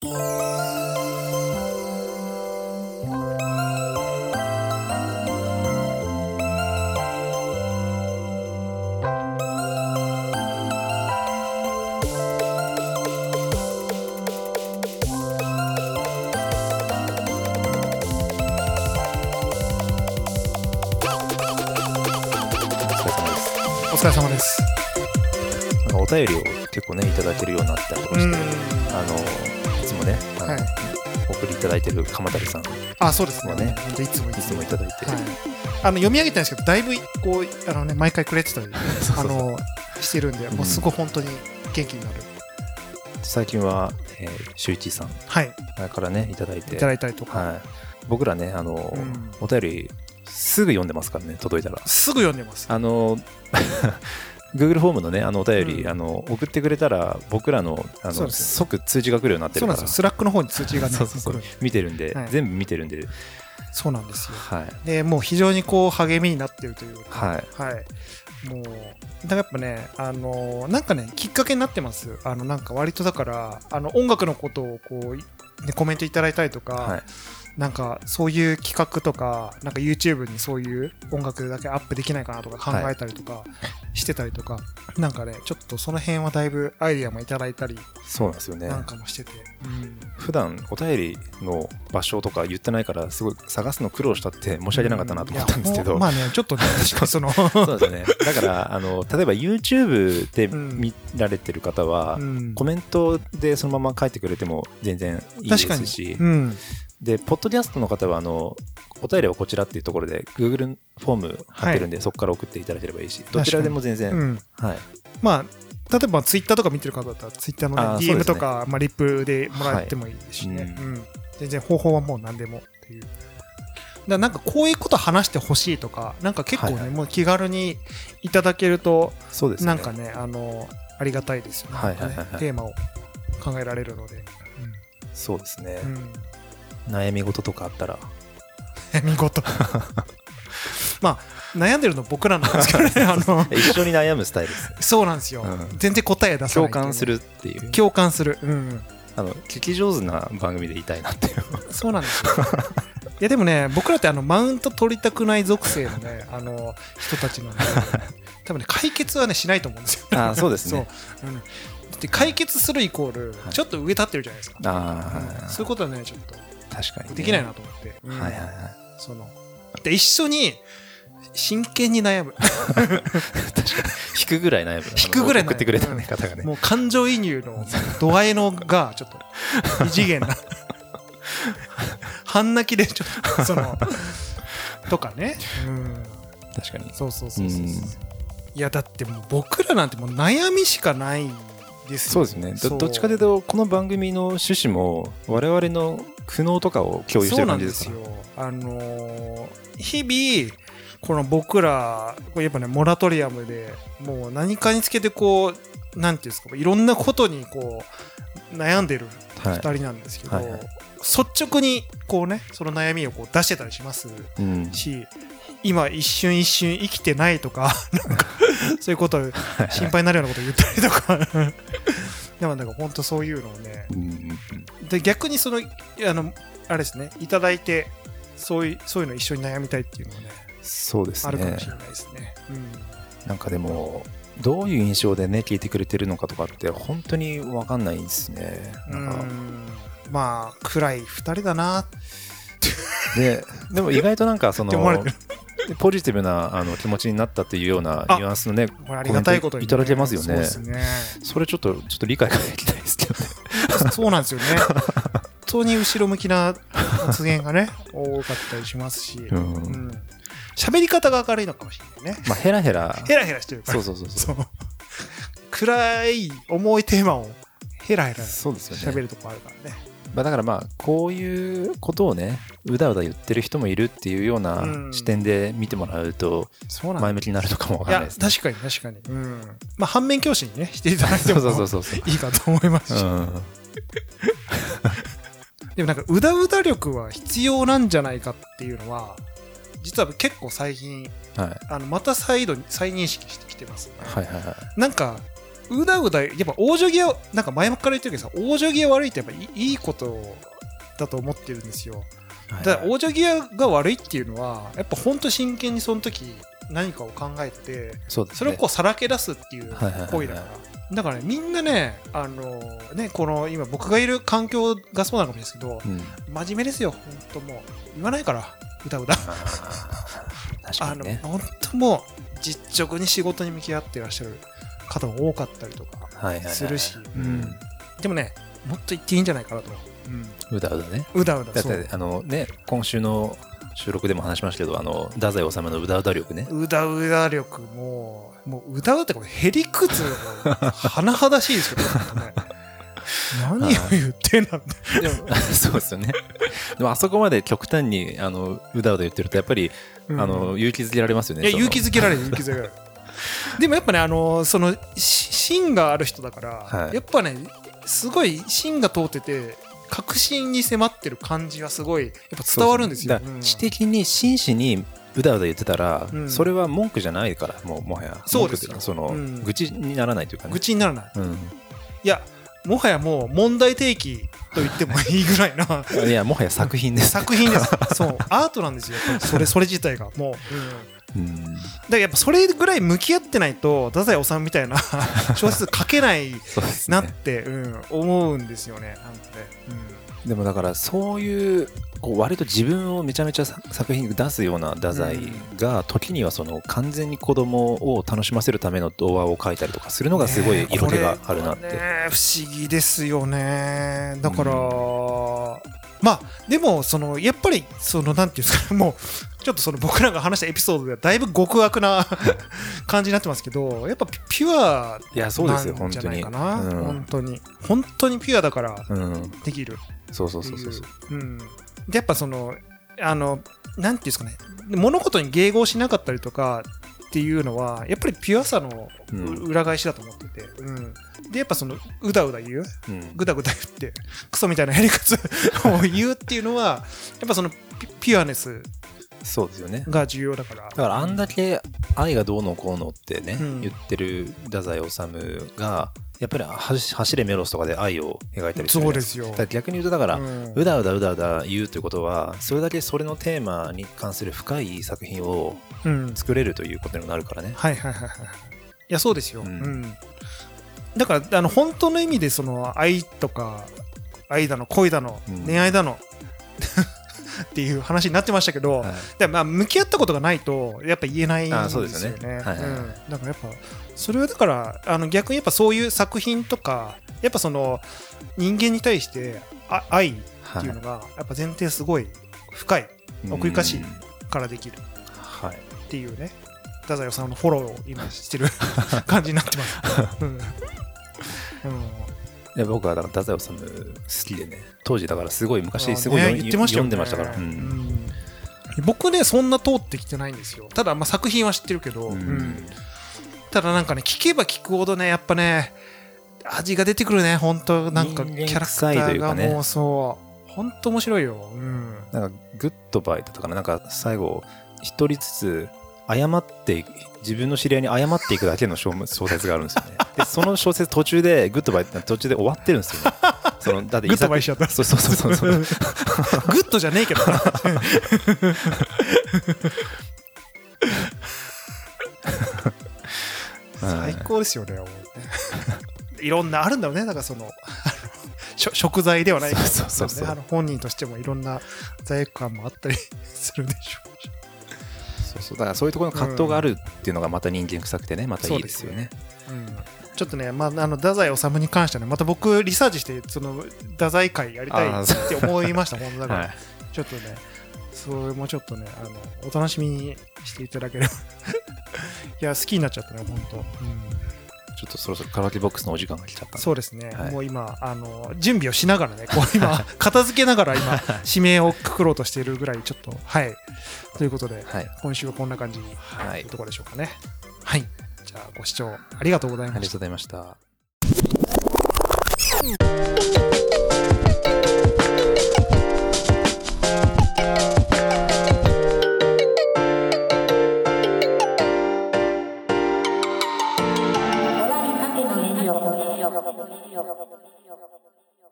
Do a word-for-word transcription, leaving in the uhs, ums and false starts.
お疲れ様です。 なんかお便りを結構ねいただけるようになったりとかして、あのいつもねあの、はい、お送りいただいてる鎌谷さんもね、 あ、そうですね。いつもいつもいただいて、はい、 あの読み上げたんですけど、だいぶこうあのね毎回くれてたりあのしてるんで、もうすごい本当に元気になる。 最近は、えー、周一さんからねいただいていただいたりとか、 はい、僕らねあの、うん、お便りすぐ読んでますからね。届いたらすぐ読んでます。 あのGoogle フォームのねあのお便り、うん、あの送ってくれたら僕らのあの即通知が来るようになってるから。 そうなんですよ。スラックの方に通知がねそうそうそう見てるんで、はい、全部見てるんで。 そうなんですよ、 はい、 でもう非常にこう励みになってるというか、 はいはい、もうだからやっぱねあのなんかねきっかけになってます。あのなんか割とだからあの音楽のことをこう、ね、コメントいただいたりとか、はい、なんかそういう企画とかなんか YouTube にそういう音楽だけアップできないかなとか考えたりとかしてたりとか、はい、なんかねちょっとその辺はだいぶアイディアもいただいたりそうなんですよねなんかもしてて、うん、 普段お便りの場所とか言ってないからすごい探すの苦労したって申し訳なかったなと思ったんですけど、 うん、まあねちょっとね確かにそのそうですよね。だからあの例えば YouTube で見られてる方は、うん、コメントでそのまま書いてくれても全然いいですし、うん、でポッドキャストの方はあのお便りはこちらっていうところで Google フォーム貼ってるんで、はい、そこから送っていただければいいし、どちらでも全然、うんはい、 まあ例えばツイッターとか見てる方だったらツイッターの、ね、ディーエム とか、ねまあ、リップでもらってもいいですしね、はいうんうん、全然方法はもう何でもっていうだからなんかこういうこと話してほしいとかなんか結構ね、はいはい、もう気軽にいただけるとそうです、ね、 なんかねあのありがたいですよね、はいはいはいはい、テーマを考えられるので、うん、 そうですね、うん、悩み事とかあったら悩み事まあ悩んでるの僕らなんですけどねあの一緒に悩むスタイルです、ね、 そうなんですよ、うん、全然答え出さない、ね、 共感するっていう共感する、うん、 あの聞き上手な番組で言いたいなっていうそうなんですよいやでもね僕らってあのマウント取りたくない属性のねあの人たちなんで多分ね解決はねしないと思うんですよあそうですねそう、うん、だって解決するイコールちょっと上立ってるじゃないですか、 はい、 あそういうことはねちょっと確かに、ね、 できないなと思って、うん、 はいはいはいそので一緒に真剣に悩む確かに引くぐらい悩む引くぐらい悩む送ってくれた、ね、方がねもう感情移入の度合いのがちょっと異次元な半泣きでちょっとそのとかね、うん、 確かにそうそうそうそう、うん、いやだってもう僕らなんてもう悩みしかないんですよ。 そうですね ど, どっちかというとこの番組の趣旨も我々の苦悩とかを共有してる感じですか。 そうなんですよ、あのー、日々この僕らやっぱねモラトリアムでもう何かにつけてこうなんていうんですかいろんなことにこう悩んでるふたりなんですけど、はいはいはい、率直にこうねその悩みをこう出してたりしますし、うん、今一瞬一瞬生きてないとかなんかそういうこと心配になるようなことを言ったりとかでもなんか本当そういうのをね、うん、で逆にそのあのあれですねいただいてそういうそういうの一緒に悩みたいっていうのをねそうですねあるかもしれないですね、うん、 なんかでもどういう印象でね聞いてくれてるのかとかって本当に分かんないんですね。なんかうんまあ暗いふたりだなででも意外となんかそのポジティブなあの気持ちになったっていうようなニュアンスのねありがたいことに、ね、 いただけますよね。そうですね。 それちょっとちょっと理解ができないですけどねそうなんですよね本当に後ろ向きな発言がね多かったりしますし、うんうん喋り方が明るいのかもしれないね。 まあヘラヘラヘラヘラしてるから。 そうそうそうそう。 暗い重いテーマをヘラヘラ喋るとこあるからね。 まあだからまあこういうことをねうだうだ言ってる人もいるっていうような視点で見てもらうと前向きになるのかもわからないですね。 いや確かに確かに。うん。まあ反面教師にねしていただいてもいいかと思いますし。うん、でもなんかうだうだ力は必要なんじゃないかっていうのは。実は結構最近、はい、あのまた再度再認識してきてますね、 はいはいはい、 なんかうだうだやっぱ往生際なんか前から言ってるけどさ、往生際悪いってやっぱいいいことだと思ってるんですよ。だから往生際が悪いっていうのはやっぱ本当真剣にその時何かを考えて そ,、ね、それをこうさらけ出すっていう行為だから、はいはいはいはい、だからねみんなねあのねこの今僕がいる環境がそうなのかもしれないですけど、うん、真面目ですよ本当もう言わないからうだうだ確かにね、 あの本当もう実直に仕事に向き合っていらっしゃる方も多かったりとかするし、でもねもっと言っていいんじゃないかなと、 うん、うだうだねうだうだだってあのね今週の収録でも話しましたけどあの太宰治のうだうだ力ねうだうだ力もうもううだうだってこれへりくつ甚だしいですけどね何を言ってんなんだでもそうですよね。でもあそこまで極端にあのうだうだ言ってるとやっぱり、うん、あの勇気づけられますよね。 いや勇気づけられる勇気づけられるでもやっぱねあのその芯がある人だから、はい、やっぱねすごい芯が通ってて確信に迫ってる感じがすごいやっぱ伝わるんですよ。 知的に真摯にうだうだ言ってたら、うん、それは文句じゃないからもうもはやそうですよその、うん、愚痴にならないというかね。 愚痴にならない、うん、いやもはやもう問題提起と言ってもいいぐらいないやもはや作品です、ね、 作品ですそうアートなんですよそれそれ自体がもう、うん、うんだからやっぱそれぐらい向き合ってないと太宰治みたいな小説書けないなって、ねうん、思うんですよねなんかね、 うん、でもだからそういうこう割と自分をめちゃめちゃ作品に出すような太宰が時にはその完全に子供を楽しませるための童話を書いたりとかするのがすごい色気があるなって、ねね、不思議ですよねだから、うん、まあでもそのやっぱりそのなんていうんですかもうちょっとその僕らが話したエピソードではだいぶ極悪な感じになってますけどやっぱピュアなんじゃないかな本当に本当にピュアだからできる、 うん、そうそうそうそう、 うんでやっぱそのあのなんていうんですかね物事に迎合しなかったりとかっていうのはやっぱりピュアさの裏返しだと思ってて、うんうん、でやっぱそのうだうだ言う、うん、ぐだぐだ言ってクソみたいなやり方を言うっていうのはやっぱその ピ, ピュアネスそうですよねが重要だからだからあんだけ愛がどうのこうのってね、うん、言ってる太宰治がやっぱり走れメロスとかで愛を描いたりする。 そうですよ。 だから逆に言うとだから、うん、うだうだうだうだ言うということはそれだけそれのテーマに関する深い作品を作れるということになるからね、うん、 はいはいはいはいいやそうですよ、うんうん、だからあの本当の意味でその愛とか愛だの恋だの、うん、恋愛だのっていう話になってましたけど、はい、でまあ向き合ったことがないとやっぱ言えないんですよね。そうですね、はいはいはいうん、だからやっぱそれはだからあの逆にやっぱそういう作品とかやっぱその人間に対して愛っていうのがやっぱ前提すごい深い奥ゆかしいからできるっていうね太宰治のフォローを今してる感じになってます、うんうんいや僕はだから太宰治好きでね当時だからすごい昔すごい、ね、言ってましたよね、読んでましたから、うんうん、 僕ねそんな通ってきてないんですよただまあ作品は知ってるけど、うんうん、ただなんかね聞けば聞くほどねやっぱね味が出てくるね本当なんかキャラクターがもうそう本当面白いよ、うん、 なんかグッドバイだったかななんか最後一人ずつ謝って自分の知り合いに謝っていくだけの小説があるんですよねでその小説途中でグッドバイって途中で終わってるんですよねそのだってグッドバイしちゃったそうそうそうそうグッドじゃねえけどな最高ですよねいろんなあるんだろうねだからその食材ではないけど、ね、そうそうそうそうあの本人としてもいろんな罪悪感もあったりするでしょうしそうそうだからそういうところの葛藤があるっていうのがまた人間臭くてねまたいいですよね、 うん、ちょっとね、まあ、あの太宰治に関してはねまた僕リサーチしてその太宰会やりたいって思いました本当だから、はい、ちょっとねそれもちょっとねあのお楽しみにしていただければいや好きになっちゃったね本当、うん、 ちょっとそろそろカラオケボックスのお時間が来ちゃったそうですね、はい、もう今あの準備をしながらねこう今片付けながら今指名をくくろうとしているぐらいちょっとはいということで、はい、今週はこんな感じというところでしょうかねはい、はい、じゃあご視聴ありがとうございましたありがとうございました